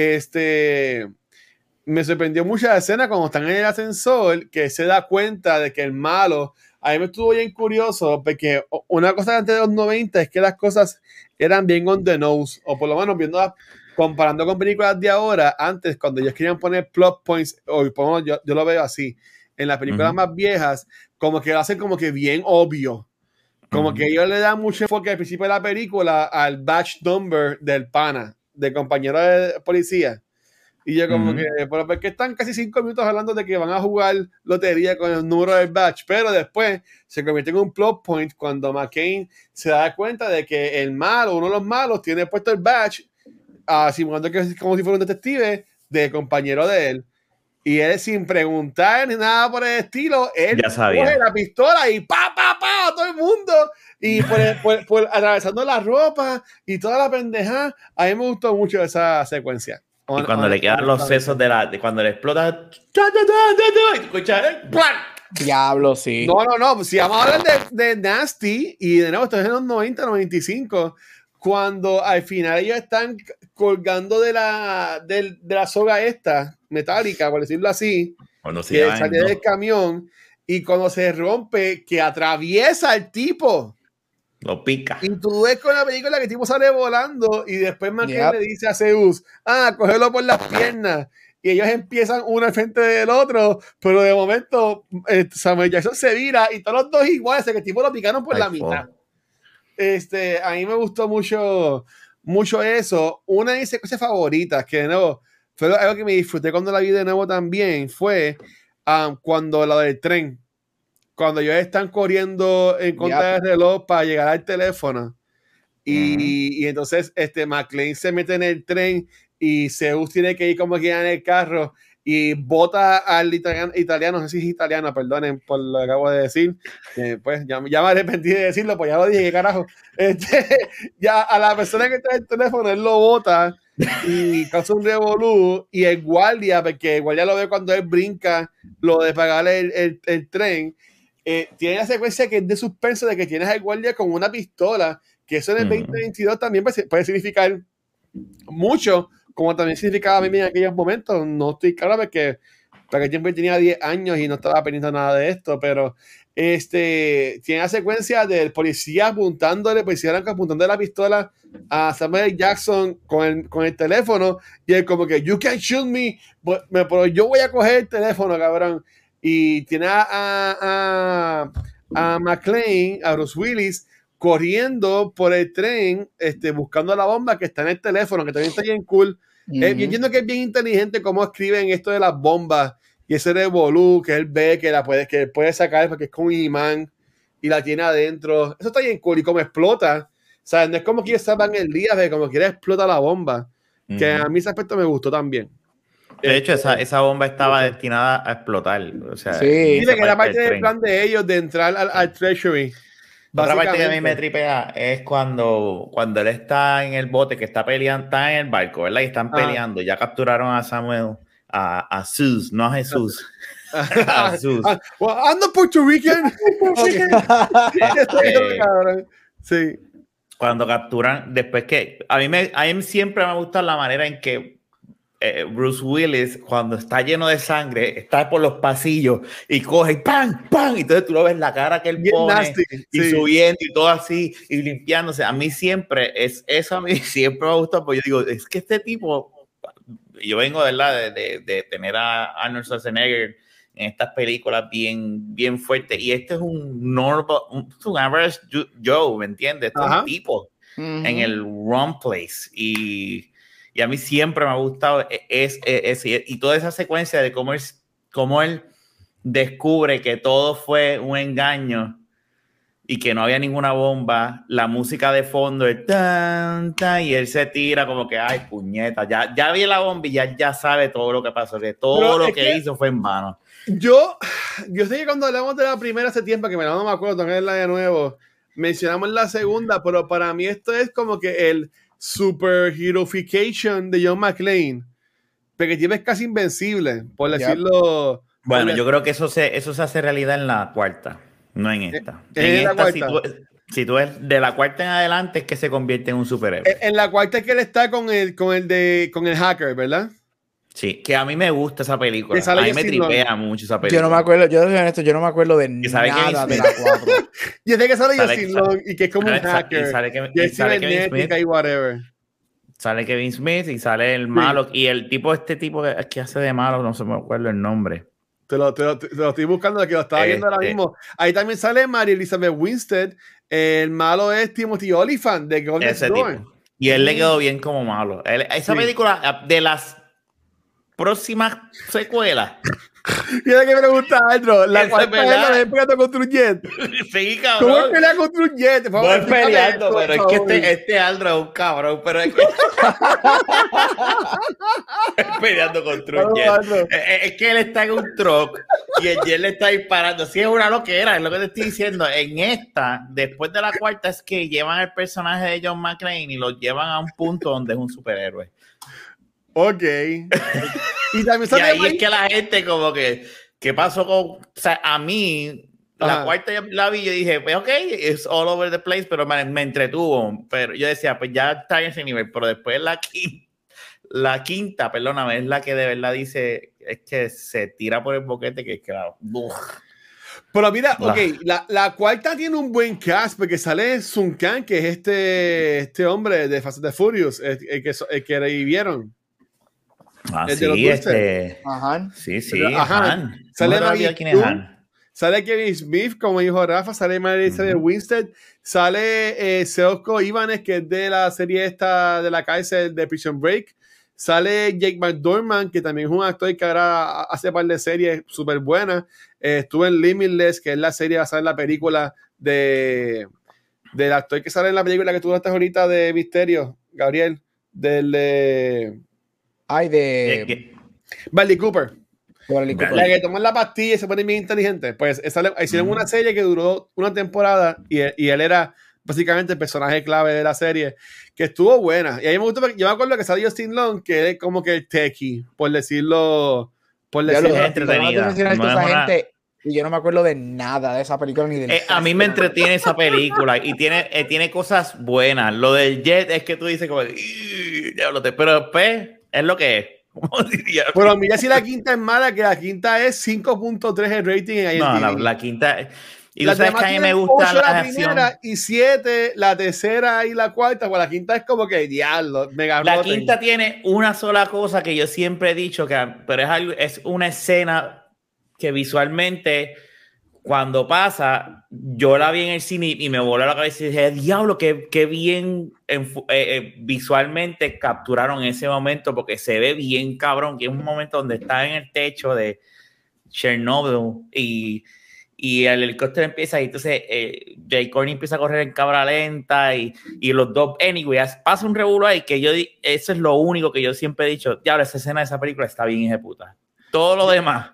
me sorprendió mucho la escena cuando están en el ascensor, que se da cuenta de que el malo, a mí me estuvo bien curioso, porque una cosa antes de los 90 es que las cosas eran bien on the nose, o por lo menos comparando con películas de ahora, antes cuando ellos querían poner plot points, o yo lo veo así, en las películas más viejas, como que lo hacen como que bien obvio. Como que ellos le dan mucho enfoque al principio de la película al batch number del pana, del compañero de policía. Y yo como que, pero porque están casi 5 minutos hablando de que van a jugar lotería con el número del batch, pero después se convierte en un plot point cuando McCain se da cuenta de que el malo, uno de los malos, tiene puesto el batch, simulando que es como si fuera un detective del compañero de él. Y él, sin preguntar ni nada por el estilo, él coge la pistola y ¡pa, pa, pa! A todo el mundo. Y por atravesando la ropa y toda la pendeja. A mí me gustó mucho esa secuencia. Y cuando le quedan los sesos de cuando le explota, diablo, sí. No. Si vamos a hablar de Nasty, y de nuevo, esto es en los 90, 95, cuando al final ellos están colgando de la soga esta, metálica, por decirlo así, que sale del camión, y cuando se rompe, que atraviesa al tipo. Lo pica. Y tú ves con la película que el tipo sale volando y después McClane le dice a Zeus, cógelo por las piernas. Y ellos empiezan uno al frente del otro, pero de momento Samuel Jackson se vira y todos los dos iguales, que el tipo lo picaron por la mitad. A mí me gustó mucho eso. Una de mis secuencias favoritas, que de nuevo fue algo que me disfruté cuando la vi de nuevo también, fue cuando la del tren. Cuando ellos están corriendo en contra del reloj para llegar al teléfono. Y entonces McClane se mete en el tren y Zeus tiene que ir como que en el carro y bota al italiano, no sé si es italiano, perdonen por lo que acabo de decir. Pues ya me arrepentí de decirlo, pues ya lo dije, ¿qué carajo? Ya a la persona que está en el teléfono, él lo bota y causa un revolú, y el guardia, porque el guardia lo ve cuando él brinca lo de pagar el tren. Tiene la secuencia que es de suspenso, de que tienes al guardia con una pistola, que eso en el 2022 también puede significar mucho, como también significaba a mí en aquellos momentos. No estoy claro porque para aquel tiempo tenía 10 años y no estaba aprendiendo nada de esto, pero tiene la secuencia del policía apuntándole la pistola a Samuel Jackson con el teléfono, y él como que you can shoot me, pero yo voy a coger el teléfono, cabrón. Y tiene a McClane, a Bruce Willis, corriendo por el tren, buscando la bomba que está en el teléfono, que también está bien cool. Yo entiendo que es bien inteligente cómo escriben esto de las bombas y ese revolú que él ve que puede sacar porque es con un imán y la tiene adentro. Eso está bien cool. Y como explota, o sea, no es como que ellos salvan el día, de como quiera explota la bomba. Que a mí ese aspecto me gustó también. De hecho, esa bomba estaba destinada a explotar. O sea, sí, que era parte del plan de ellos de entrar al Treasury. Otra parte que a mí me tripea es cuando él está en el bote, que está peleando, está en el barco, ¿verdad? Y están peleando. Ya capturaron a Samuel, a Zeus, no a Jesús. A Zeus. Ando Puerto Rican. Sí. Cuando capturan, después que a mí siempre me gusta la manera en que Bruce Willis, cuando está lleno de sangre, está por los pasillos y coge y ¡pam! ¡pam! Y entonces tú lo ves la cara que él pone nasty, y subiendo y todo así y limpiándose. A mí siempre siempre me gusta, porque yo digo, es que este tipo, yo vengo de tener a Arnold Schwarzenegger en estas películas bien fuertes, y este es un average Joe, ¿me entiendes? Este es un tipo en el wrong place, y a mí siempre me ha gustado y toda esa secuencia de cómo él descubre que todo fue un engaño y que no había ninguna bomba, la música de fondo, el tan, tan, y él se tira como que, ay, puñeta, ya vi la bomba y ya sabe todo lo que pasó, que todo lo que hizo fue en vano. Yo sé que cuando hablamos de la primera hace tiempo, que no me acuerdo, tengo que verla de nuevo, mencionamos la segunda, pero para mí esto es como que el superheroification de John McClane, porque el tipo es casi invencible, por decirlo. Bueno, yo creo que eso se hace realidad en la cuarta, no en esta. En esta, si tú ves de la cuarta en adelante, es que se convierte en un superhéroe. En la cuarta es que él está con el hacker, ¿verdad? Sí, que a mí me gusta esa película. A mí me tripea mucho esa película. Yo no me acuerdo, yo soy honesto, yo no me acuerdo de nada de la 4. Y es de que sale Justin Long y que es como un hacker. Y sale Kevin Smith. Y whatever. Sale Kevin Smith y sale el malo. Y el tipo que hace de malo, no se me acuerdo el nombre. Te lo estoy buscando, de que lo estaba viendo ahora mismo. Ahí también sale Mary Elizabeth Winstead. El malo es Timothy Olyphant de Golden State. Y él le quedó bien como malo. Esa película, de las próximas secuelas, Mira que me pregunta Andro. La cuarta es la de peleando contra un jet. Sí, cabrón. ¿Cómo es pelear contra un jet? No es peleando, pero es que este Aldro es un cabrón, pero es que es peleando contra un jet. Es que él está en un truck y el jet le está disparando. Sí, es una loquera, es lo que te estoy diciendo. En esta, después de la cuarta, es que llevan el personaje de John McClane y lo llevan a un punto donde es un superhéroe. Ok. Y ahí es que la gente como que, ¿qué pasó con...? O sea, a mí, la cuarta la vi y yo dije, pues ok, it's all over the place, pero me entretuvo. Pero yo decía, pues ya está en ese nivel. Pero después la quinta, perdóname, es la que de verdad dice, es que se tira por el boquete, que claro. Pero mira, ok, la cuarta tiene un buen cast porque sale Sun Kang, que es este hombre de Fast and the Furious, el que revivieron. Sí, Ajá. Sí, Han. Sale Kevin Smith, como dijo Rafa, sale Marisa de Winstead, sale Seosko Ivanes, que es de la serie esta de la cárcel de Prison Break, sale Jake McDormand, que también es un actor que ahora hace par de series súper buenas, estuvo en Limitless, que es la serie basada en la película del actor que sale en la película que tú estás ahorita de Misterio, Gabriel, de Bradley Cooper. La que toman la pastilla y se pone bien inteligente. Pues hicieron una serie que duró una temporada y él era básicamente el personaje clave de la serie, que estuvo buena. Y a mí me gustó, yo me acuerdo que salió Justin Long, que es como que el techie, por decirlo. Entretenida. Y yo no me acuerdo de nada de esa película ni de a mí me entretiene esa película y tiene cosas buenas. Lo del jet es que tú dices como pero después es lo que es. ¿Cómo diría? Pero mira si la quinta es mala, que la quinta es 5.3 el rating en IMDb. No, la quinta. Y tú sabes que a mí me gusta la primera y 7, la tercera y la cuarta, pues la quinta es como que diablo, mega La quinta tiene una sola cosa que yo siempre he dicho, pero es una escena que visualmente, cuando pasa, yo la vi en el cine y me voló la cabeza y dije, diablo, qué bien visualmente capturaron ese momento, porque se ve bien cabrón, que es un momento donde está en el techo de Chernobyl y el helicóptero empieza y entonces Jay Courtney empieza a correr en cámara lenta y los dos, anyway, pasa un revuelo ahí que eso es lo único que yo siempre he dicho, diablo, esa escena de esa película está bien ejecutada. Todo lo demás.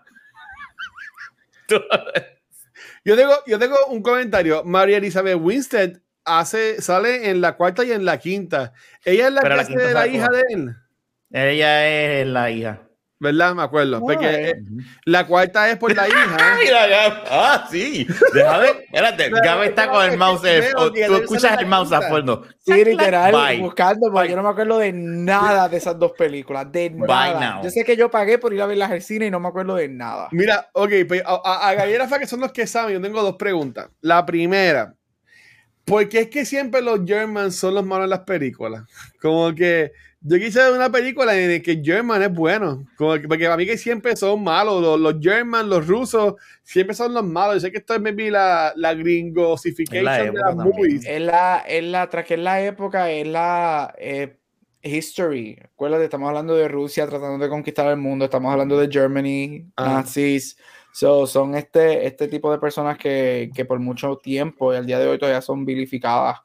Yo tengo un comentario. María Elizabeth Winstead sale en la cuarta y en la quinta. Ella es la que hace de la hija de él. Ella es la hija. ¿Verdad? Me acuerdo. Porque la cuarta es por la hija. Mira, Gab. Sí. Déjame. Espérate. Gab está con el mouse. Tú escuchas el mouse a fondo. Sí, literal. Buscando, porque yo no me acuerdo de nada de esas dos películas. De nada. Yo sé que yo pagué por ir a verlas al cine y no me acuerdo de nada. Mira, ok. Pues a Gabriela Fa, que son los que saben, yo tengo dos preguntas. La primera, ¿por qué es que siempre los Germans son los malos en las películas? Como que yo quise ver una película en la que German es bueno, porque para mí que siempre son malos, los German, los rusos, siempre son los malos. Yo sé que esto es maybe la gringosification de las movies. Tras que es la época, es la history. Acuérdate, estamos hablando de Rusia tratando de conquistar el mundo, estamos hablando de Germany, nazis. Son este tipo de personas que por mucho tiempo y al día de hoy todavía son vilificadas.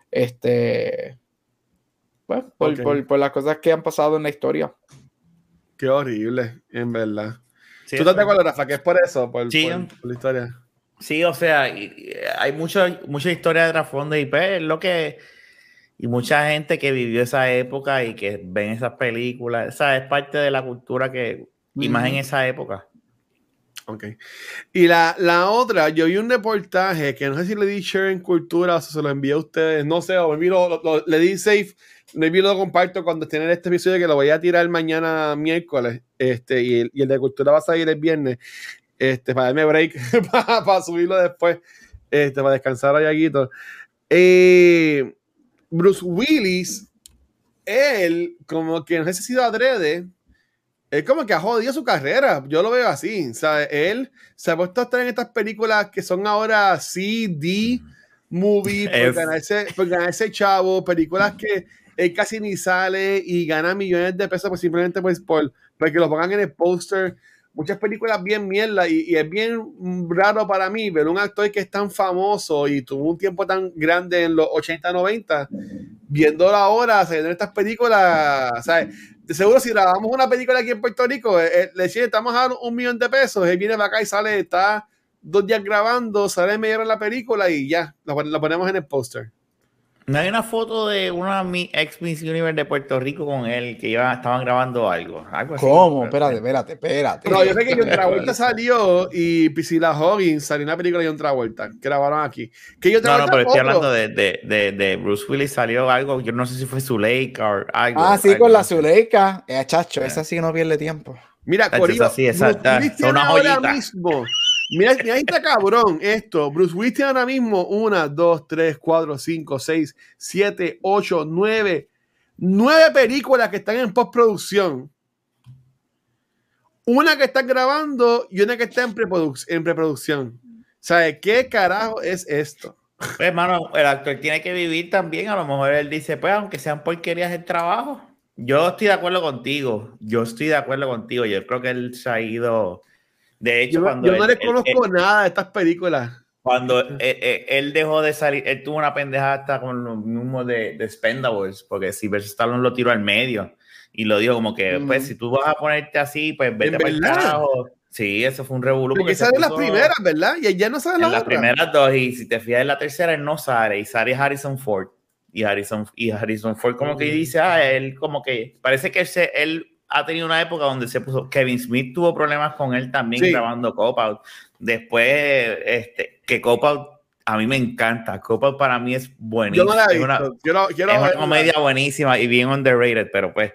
Pues, por las cosas que han pasado en la historia. Qué horrible, en verdad. Sí, ¿tú te acuerdas, Rafa, que es por eso? Por la historia. Sí, o sea, hay mucha historia de trasfondo y pues, y mucha gente que vivió esa época y que ven esas películas. Esa es parte de la cultura y más en esa época. Ok. Y la otra, yo vi un reportaje que no sé si le di share en cultura o se lo envié a ustedes, no sé, o le di save. Maybe lo comparto cuando estén en este episodio, que lo voy a tirar mañana miércoles, y el de cultura va a salir el viernes, para darme break, para subirlo después, para descansar ahí algo. Bruce Willis, él, como que no sé si ha sido adrede, él como que ha jodido su carrera, yo lo veo así, ¿sabes? Él se ha puesto a estar en estas películas que son ahora CD movie, por ganarse chavo, películas que él casi ni sale y gana millones de pesos simplemente porque lo pongan en el póster muchas películas bien mierda y es bien raro para mí ver un actor que es tan famoso y tuvo un tiempo tan grande en los 80, 90, viéndolo ahora, saliendo estas películas, ¿sabes? De seguro si grabamos una película aquí en Puerto Rico, le decimos, estamos a $1 millón de pesos, él viene para acá y sale, está 2 días grabando, sale media hora en la película y ya, la ponemos en el póster. No hay una foto de una ex Miss Universe de Puerto Rico con él que estaban grabando algo así. ¿Cómo? Espérate. No, yo sé que John Travolta salió y Priscilla Huggins salió en una película de John Travolta que grabaron aquí. No, pero estoy hablando de Bruce Willis, salió algo, yo no sé si fue Zuleika o algo. Ah, sí, con la Zuleika. Chacho, esa sí no pierde tiempo. Mira, Corillo, Bruce Willis tiene ahora mismo. Mira, ahí está cabrón esto. Bruce Willis tiene ahora mismo 1, 2, 3, 4, 5, 6, 7, 8, 9 películas que están en postproducción. Una que están grabando y una que está en preproducción. ¿Sabes qué carajo es esto? Pues, hermano, el actor tiene que vivir también. A lo mejor él dice, pues, aunque sean porquerías el trabajo. Yo estoy de acuerdo contigo. Yo creo que él se ha ido... De hecho, yo no le conozco nada de estas películas. Cuando él dejó de salir, él tuvo una pendejada hasta con los mismos de Expendables, porque Sylvester Stallone lo tiró al medio y lo dijo como que, pues, si tú vas a ponerte así, pues vete para el carajo. Sí, eso fue un revolú. Porque salen las primeras, ¿verdad? Y ya no salen las otras. Las primeras dos, y si te fijas en la tercera, él no sale, y sale Harrison Ford. Y Harrison Ford como que dice, él como que, parece que él ha tenido una época donde se puso, Kevin Smith tuvo problemas con él también grabando Cop Out. Después, que Cop Out, a mí me encanta. Cop Out para mí es buenísimo. Yo no la he visto. Es una comedia buenísima y bien underrated, pero pues,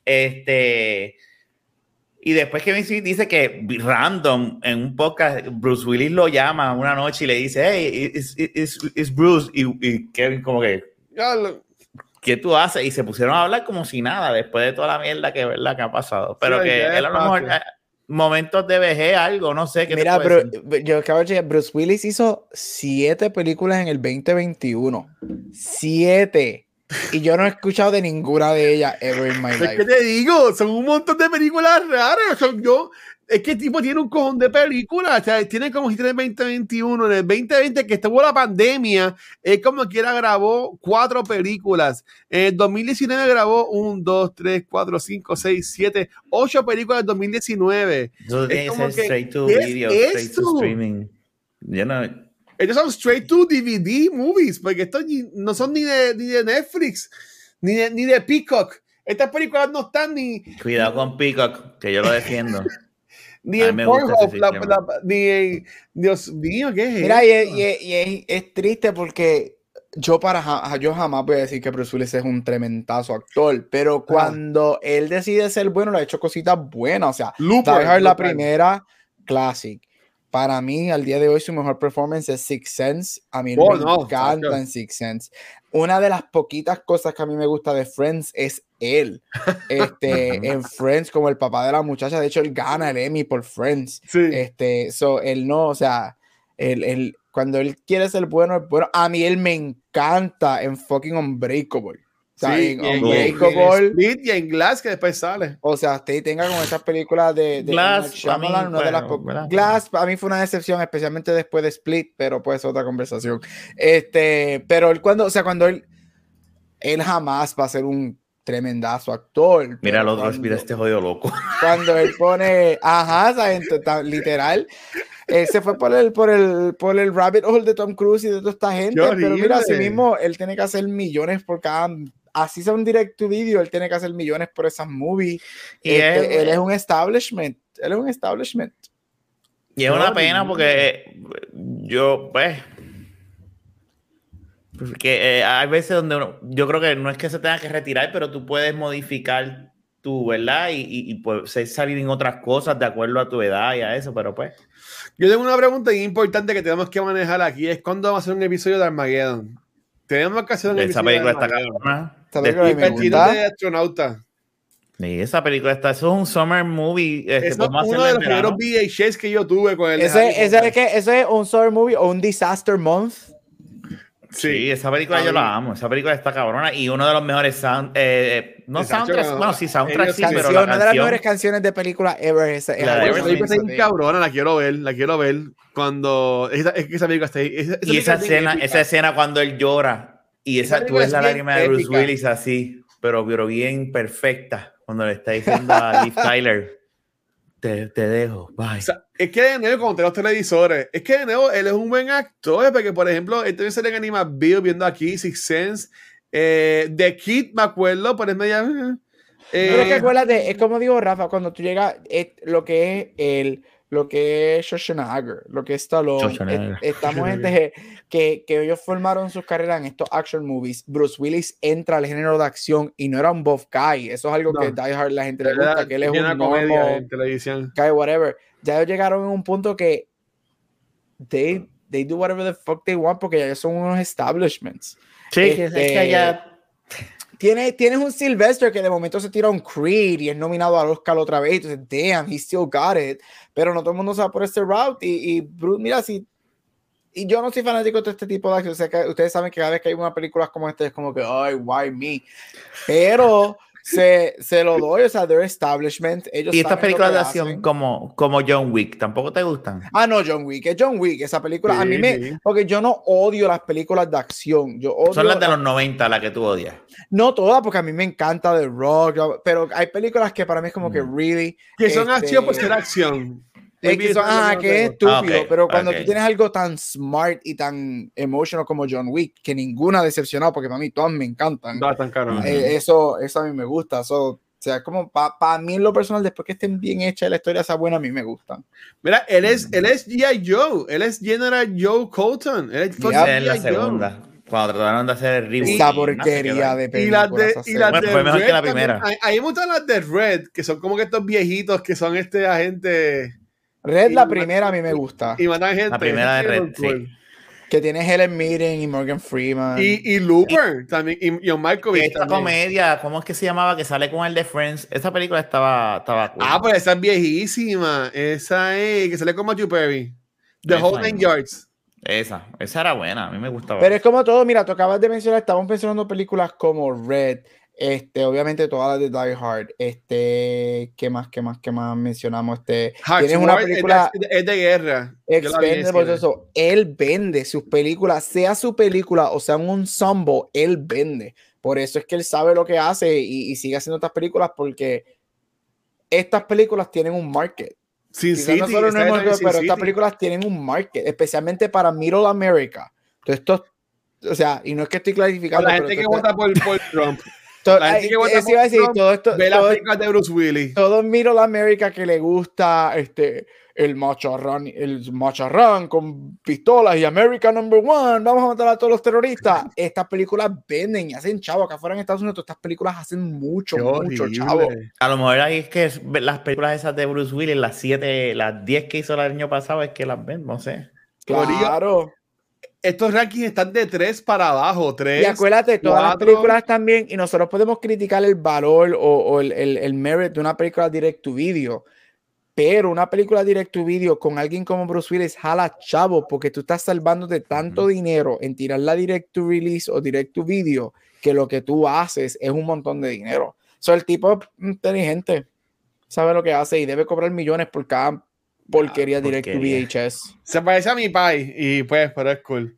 y después Kevin Smith dice que random en un podcast Bruce Willis lo llama una noche y le dice, hey, it's Bruce, y Kevin como que... ¿Qué tú haces? Y se pusieron a hablar como si nada después de toda la mierda que ha pasado. Pero que él a lo mejor momentos de vejez, algo, no sé. Mira, pero yo acabo de decir, Bruce Willis hizo 7 películas en el 2021. 7. Y yo no he escuchado de ninguna de ellas ever in my life. Es que te digo, son un montón de películas raras. Es que el tipo tiene un cojón de películas. O sea, tiene como si tiene el 2021. En el 2020, que estuvo la pandemia, es como quiera grabó 4 películas. En el 2019 grabó 1, 2, 3, 4, 5, 6, 7, 8 películas en 2019. Eso tiene que ser straight to video, straight to streaming. Yo no... Ellos son straight to DVD movies, porque estos no son ni de Netflix, ni de Peacock. Estas películas no están ni... Cuidado con Peacock, que yo lo defiendo. Ni en Pornhub, ni Dios mío, ¿qué es? Mira, y es triste porque yo jamás voy a decir que Bruce Willis es un tremendazo actor, pero cuando él decide ser bueno, le ha hecho cositas buenas. O sea, Looper, la primera, classic. Para mí, al día de hoy, su mejor performance es Sixth Sense. A mí me encanta en Sixth Sense. Una de las poquitas cosas que a mí me gusta de Friends es él. En Friends, como el papá de la muchacha. De hecho, él gana el Emmy por Friends. Sí. Él no, o sea, cuando él quiere ser bueno, es bueno. A mí él me encanta en fucking Unbreakable. O sea, sí, en Split y en Glass, que después sale. O sea, usted tenga como esas películas de Glass, Glass, a mí fue una decepción, especialmente después de Split, pero pues otra conversación. Pero él cuando él jamás va a ser un tremendazo actor. Mira los dos, mira este jodido loco. Cuando él pone, literal. Él se fue por el rabbit hole de Tom Cruise y de toda esta gente. Pero mira, así mismo, él tiene que hacer millones por cada... Así sea un direct to video, él tiene que hacer millones por esas movies. Y él es un establishment. Él es un establishment. Y es una pena porque yo, pues... Porque hay veces donde yo creo que no es que se tenga que retirar, pero tú puedes modificar tu, ¿verdad? Y puedes salir en otras cosas de acuerdo a tu edad y a eso, pero pues... Yo tengo una pregunta importante que tenemos que manejar aquí, es ¿cuándo vamos a hacer un episodio de Armageddon? Tenemos que hacer un episodio de Armageddon. De astronauta. Y esa película eso es un summer movie. Eso es uno de los primeros VHS que yo tuve con el... ¿Eso es un summer movie o un disaster month? Sí, esa película yo la amo. Esa película está cabrona y uno de los mejores soundtracks, bueno, sí, soundtrack sí, pero la una de las mejores canciones de película ever. Esa película está bien cabrona, la quiero ver. Cuando es que esa película está ahí. Y esa escena cuando él llora y tú ves la lágrima de Bruce Willis así, pero bien perfecta, cuando le está diciendo a Liv Tyler, te dejo, bye. O sea, es que de nuevo, como tenemos televisores, es que de nuevo él es un buen actor, porque por ejemplo, él también sale en Animal viendo aquí Sixth Sense, The Kid, me acuerdo, por eso ya... pero es que acuérdate, es como digo Rafa, cuando tú llegas, lo que es Schwarzenegger, lo que es Stallone, estamos gente que ellos formaron sus carreras en estos action movies. Bruce Willis entra al género de acción y no era un buff guy. Eso es algo que Die Hard la gente le gusta, que él es un comedia en televisión. Guy, whatever. Ya ellos llegaron en un punto que they do whatever the fuck they want porque ya son unos establishments. Sí, es que allá... Tienes un Sylvester que de momento se tira un Creed y es nominado al Oscar otra vez. Entonces, damn, he still got it. Pero no todo el mundo se va por este route. Y Bruce, mira, y yo no soy fanático de este tipo de acción. O sea, que ustedes saben que cada vez que hay una película como esta es como que, ay, why me? Pero se lo doy, o sea, their establishment. Ellos y estas películas de acción como John Wick, ¿tampoco te gustan? Ah, no, John Wick. Es John Wick, esa película. Sí, a mí porque yo no odio las películas de acción. Son las de los 90, las que tú odias. No todas, porque a mí me encanta The Rock, pero hay películas que para mí es como que really... Que son acción por ser acción. Que es estúpido, pero cuando tú tienes algo tan smart y tan emotional como John Wick, que ninguna ha decepcionado, porque para mí todas me encantan. Eso a mí me gusta. O sea, como para mí en lo personal, después que estén bien hechas y la historia sea buena, a mí me gustan. Mira, él es G.I. Joe. Él es General Joe Colton. Él es la segunda. Cuando trataron de hacer el reboot. Esa porquería de películas. Y las de fue mejor Red que la primera. A mí me gustan las de Red, que son como que estos viejitos que son agentes. Red, la primera a mí me gusta. Y matan gente. La primera de Red, sí. Que tiene Helen Mirren y Morgan Freeman. Y Looper también. Y John Malkovich. Esta comedia, ¿cómo es que se llamaba? Que sale con el de Friends. Esa película estaba cool. Ah, pues esa es viejísima. Esa es que sale con Matthew Perry. The Whole Nine Yards. Esa era buena, a mí me gustaba. Pero es como todo, mira, tú acabas de mencionar, estamos mencionando películas como Red, obviamente todas las de Die Hard, ¿qué más mencionamos? Tienes una película es de guerra. Expendables, eso. Él vende sus películas, sea su película o sea un ensemble, él vende. Por eso es que él sabe lo que hace y sigue haciendo estas películas porque estas películas tienen un market. Sin City, nosotros no hemos, pero estas películas tienen un market, especialmente para Middle America. Entonces, o sea, y no es que estoy clarificando. La gente que vota por Trump. La gente que vota por Trump todo esto, ve las películas de Bruce Willis. Todo Middle America que le gusta el macharrán con pistolas y America number one, vamos a matar a todos los terroristas. Estas películas venden y hacen chavo. Acá afuera en Estados Unidos estas películas hacen mucho chavo. A lo mejor ahí es que las películas esas de Bruce Willis, las 10 que hizo el año pasado, es que las ven, no sé. Claro. Estos rankings están de 3 para abajo, 3. Y acuérdate, todas las películas también, y nosotros podemos criticar el valor o el merit de una película direct to video. Pero una película direct to video con alguien como Bruce Willis jala chavo porque tú estás salvándote tanto dinero en tirar la direct to release o direct to video que lo que tú haces es un montón de dinero. El tipo inteligente sabe lo que hace y debe cobrar millones por cada porquería direct to VHS. Se parece a mi pai y pues, pero es cool.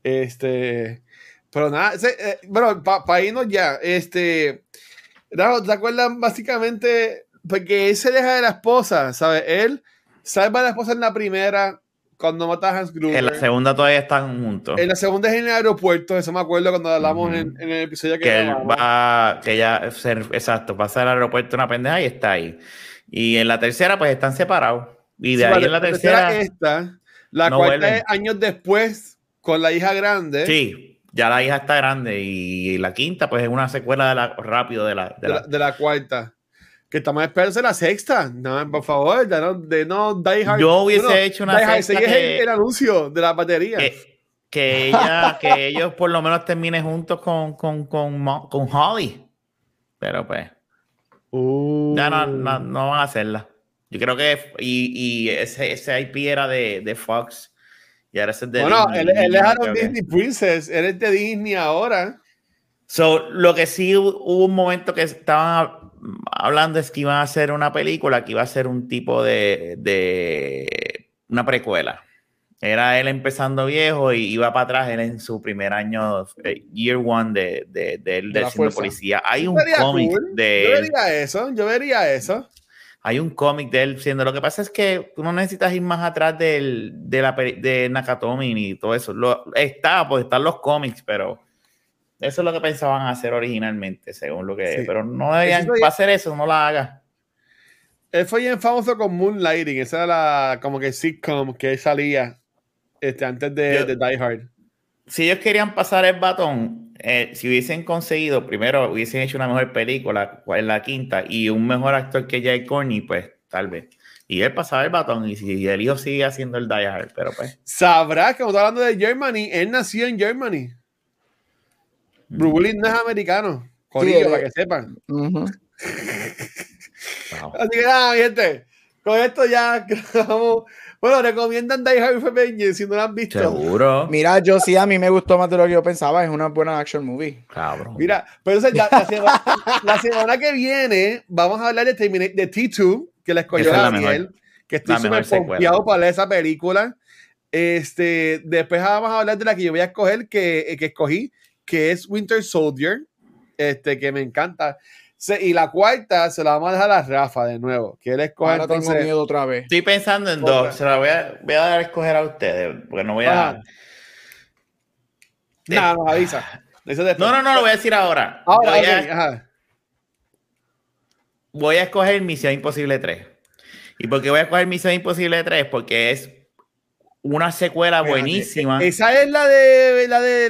Pero nada, bueno, para irnos ya, ¿te acuerdas básicamente? Porque él se deja de la esposa, ¿sabes? Él salva a la esposa en la primera cuando mata a Hans Gruber. En la segunda todavía están juntos. En la segunda es en el aeropuerto, eso me acuerdo cuando hablamos en el episodio que él va, que ella, exacto, pasa al aeropuerto una pendeja y está ahí. Y en la tercera pues están separados. Y de ahí en la tercera la no cuarta vuelven. Es años después con la hija grande. Sí, ya la hija está grande y la quinta pues es una secuela de la cuarta. Que estamos esperando la sexta. No, por favor, de no Die Hard. Yo hubiese hecho una sexta. Es el anuncio de la batería. Que ellos por lo menos terminen juntos con Holly. Pero pues. Ya no van a hacerla. Yo creo que. Y ese IP era de Fox. Y ahora es de bueno, Disney. él es Aaron Disney Princess, él es de Disney ahora. So, lo que sí hubo un momento que estaban hablando es que iban a hacer una película que iba a ser un tipo de una precuela. Era él empezando viejo y iba para atrás, él en su primer año, year one de él siendo policía. Hay un cómic de él. Yo vería eso. Hay un cómic de él siendo. Lo que pasa es que tú no necesitas ir más atrás de Nakatomi ni todo eso. Pues están los cómics, pero eso es lo que pensaban hacer originalmente, según lo que... Sí. Pero no deberían hacer eso, no la haga. Él fue bien famoso con Moonlighting. Esa era como que sitcom que él salía antes de Die Hard. Si ellos querían pasar el batón, si hubiesen conseguido, primero hubiesen hecho una mejor película en la quinta y un mejor actor que Jay Courtney, pues tal vez. Y él pasaba el batón y si el hijo sigue haciendo el Die Hard, pero pues... Sabrás que cuando está hablando de Germany, él nació en Germany. Bruce Willis no es americano. Corillo, para que sepan. Wow. Así que nada, mi gente. Con esto ya vamos. Bueno, recomiendan Die Hard with a Vengeance si no lo han visto. Seguro. Mira, yo sí, a mí me gustó más de lo que yo pensaba. Es una buena action movie. Cabrón. Mira, pero la semana que viene vamos a hablar de T2, que la escogió Gabriel, que estoy súper pompeado para esa película. Después vamos a hablar de la que yo voy a escoger, que escogí, que es Winter Soldier, que me encanta. Y la cuarta se la vamos a dejar a Rafa de nuevo, que él escoge. Ahora tengo miedo otra vez. Estoy pensando en dos, se la voy a dar a escoger a ustedes, porque no voy a... Nada, nos avisa. No, lo voy a decir ahora. Voy a escoger Misión Imposible 3. ¿Y por qué voy a escoger Misión Imposible 3? Porque es una secuela buenísima. Esa es la de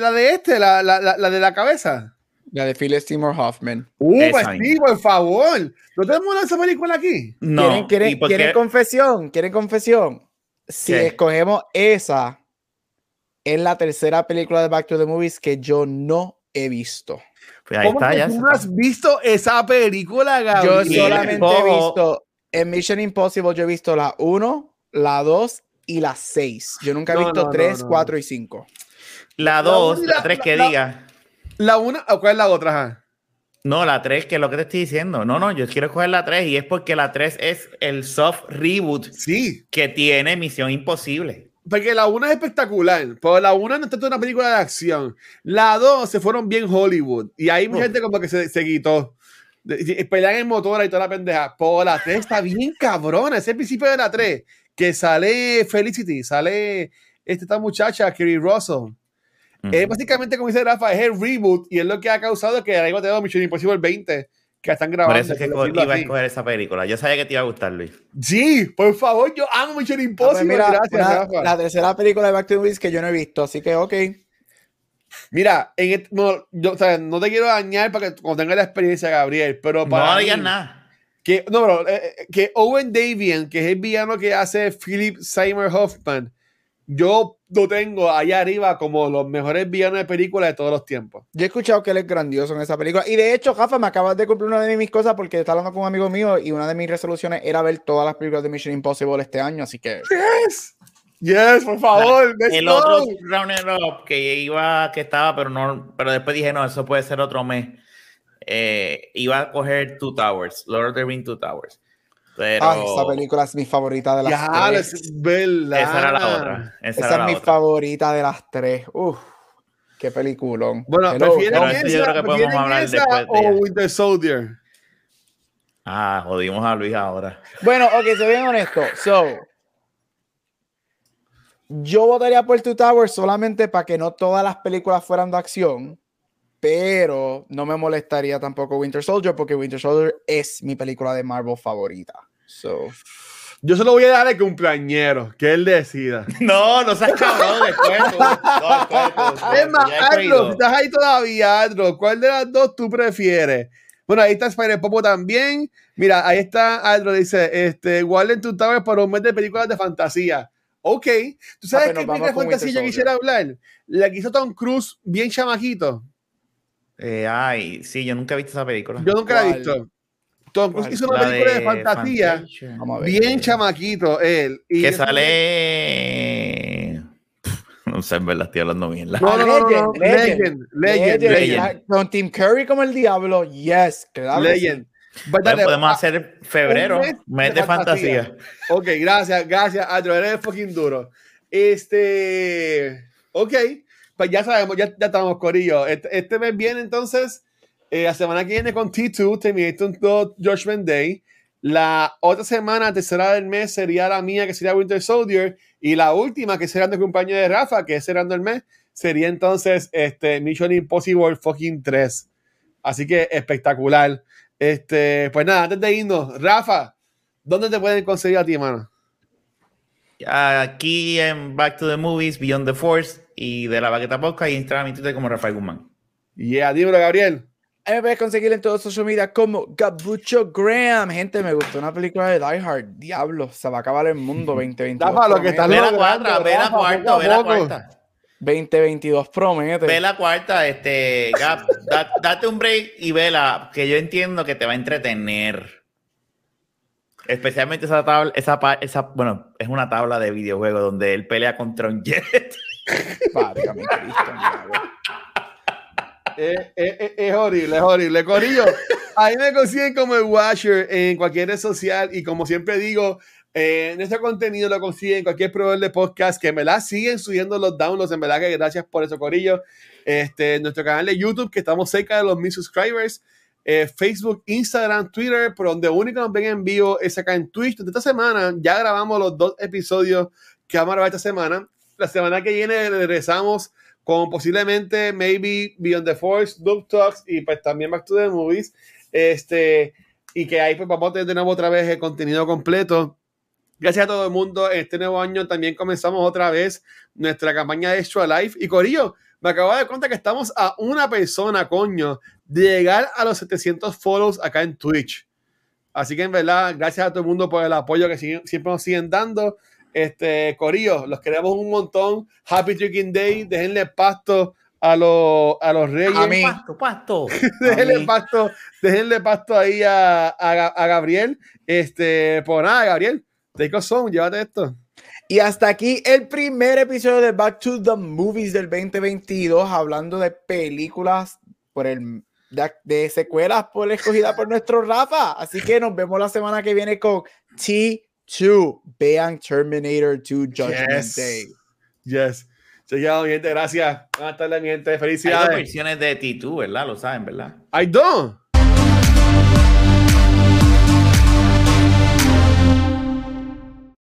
la cabeza. La de Philip Seymour Hoffman. Pues sí, por favor. ¿No tenemos esa película aquí? No. ¿Quieren confesión? ¿Quieren confesión? Si escogemos esa, es la tercera película de Back to the Movies que yo no he visto. Pues ahí está, ya. ¿Tú no has visto esa película, Gabriel? Yo solamente he visto, en Mission Impossible, yo he visto la 1, la 2 y la 6. Yo nunca he visto 3, 4 y 5. La 2, la 3 que diga. La 1, ¿cuál es la otra? No, la 3, que es lo que te estoy diciendo. No, yo quiero escoger la 3 y es porque la 3 es el soft reboot que tiene Misión Imposible. Porque la 1 es espectacular, pero la 1 no es tanto una película de acción. La 2 se fueron bien Hollywood y ahí mucha gente como que se quitó. Pelean en motora y toda la pendeja. Pero la 3 está bien cabrona. Ese es el principio de la 3, que sale Felicity, sale esta muchacha, Kerry Russell. Es básicamente, como dice Rafa, es el reboot y es lo que ha causado que ahora tengo Mission Impossible 20 que están grabando. Por eso es que iba a escoger esa película. Yo sabía que te iba a gustar, Luis. Sí, por favor, yo amo Mission Impossible. Mira, gracias, Rafa. La tercera película de Back to the Movies que yo no he visto, así que ok. Mira, no te quiero dañar para que cuando tenga la experiencia, Gabriel, pero para no digas nada. Que Owen Davian, que es el villano que hace Philip Seymour Hoffman, yo lo tengo allá arriba como los mejores villanos de película de todos los tiempos. Yo he escuchado que él es grandioso en esa película. Y de hecho, Rafa, me acabas de cumplir una de mis cosas porque estaba hablando con un amigo mío y una de mis resoluciones era ver todas las películas de Mission Impossible este año, así que... Yes, por favor. El otro runner-up que estaba, pero después dije, no, eso puede ser otro mes. Iba a coger Two Towers, Lord of the Rings Two Towers. Pero... esa película es mi favorita de las tres. Es verdad. Esa era la otra. Esa es mi favorita de las tres. Qué peliculón. Bueno, ¿prefieren esa o Winter Soldier? Jodimos a Luis ahora. Bueno, ok, se ven honesto. Yo votaría por Two Towers solamente para que no todas las películas fueran de acción. Pero no me molestaría tampoco Winter Soldier porque Winter Soldier es mi película de Marvel favorita. Yo se lo voy a dar al cumpleañero, que él decida. No seas cabrón después. Es más, Andrew, estás ahí todavía, Andrew. ¿Cuál de las dos tú prefieres? Bueno, ahí está Spider-Popo también. Mira, ahí está Andrew, dice, guarden Two Towers para un mes de películas de fantasía. Ok. ¿Tú sabes qué película de fantasía yo quisiera hablar? La que hizo Tom Cruise bien chamajito. Sí, yo nunca he visto esa película. Yo nunca la he visto. Tom Cruise hizo una película de fantasía bien chamaquito él. Que sale... No sé, en verdad estoy hablando bien. Legend. Con Tim Curry como el diablo, yes, claro. Legend. Bueno, podemos hacer febrero, mes de fantasía. Ok, gracias, Andrew, eres fucking duro. Ok, pues ya sabemos, ya estamos, corillo. Este mes viene entonces, la semana que viene con T2, Terminator 2, Judgment Day. La otra semana, tercera del mes, sería la mía, que sería Winter Soldier. Y la última, que será de compañía de Rafa, que es cerrando el mes, sería entonces Mission Impossible fucking 3. Así que espectacular. Pues nada, antes de irnos, Rafa, ¿dónde te pueden conseguir a ti, mano? Aquí en Back to the Movies, Beyond the Force y de la Baqueta Podcast y Instagram y Twitter como Rafael Guzmán. Dímelo, Gabriel. Ahí me puedes conseguir en todos sus social media como Gabucho Graham. Gente, me gustó una película de Die Hard. Diablo, se va a acabar el mundo 2022. Rafa, lo que está ve la cuarta. 2022 promete. Ve la cuarta, Gab, date un break y vela, que yo entiendo que te va a entretener. Especialmente esa tabla, bueno, es una tabla de videojuego donde él pelea contra un jet. Es horrible. Corillo, ahí me consiguen como el Watcher en cualquier red social y como siempre digo, nuestro contenido lo consiguen en cualquier proveedor de podcast que en verdad siguen subiendo los downloads. En verdad que gracias por eso, corillo. Nuestro canal de YouTube, que estamos cerca de los 1000 subscribers. Facebook, Instagram, Twitter, por donde único nos ven en vivo es acá en Twitch. Desde esta semana ya grabamos los 2 episodios que vamos a grabar esta semana. La semana que viene regresamos con posiblemente maybe Beyond the Force, Duke Talks y pues también Back to the Movies. Y que ahí pues vamos a tener de nuevo otra vez el contenido completo. Gracias a todo el mundo. Este nuevo año también comenzamos otra vez nuestra campaña de Extra Life. Y corillo, me acabo de dar cuenta que estamos a una persona, coño, de llegar a los 700 follows acá en Twitch. Así que en verdad, gracias a todo el mundo por el apoyo que siempre nos siguen dando. Corillo, los queremos un montón. Happy Drinking Day. Déjenle pasto a los reyes. A mí. Pasto. déjenle pasto ahí a Gabriel. Pues nada, Gabriel, take us home, llévate esto. Y hasta aquí el primer episodio de Back to the Movies del 2022, hablando de películas de secuelas escogidas por nuestro Rafa. Así que nos vemos la semana que viene con T2. Vean Terminator 2 Judgment Day. Yes. Chequeado, mi gente. Gracias. Buenas tardes, mi gente. Felicidades. Hay 2 versiones de T2, ¿verdad? Lo saben, ¿verdad? ¿Hay 2?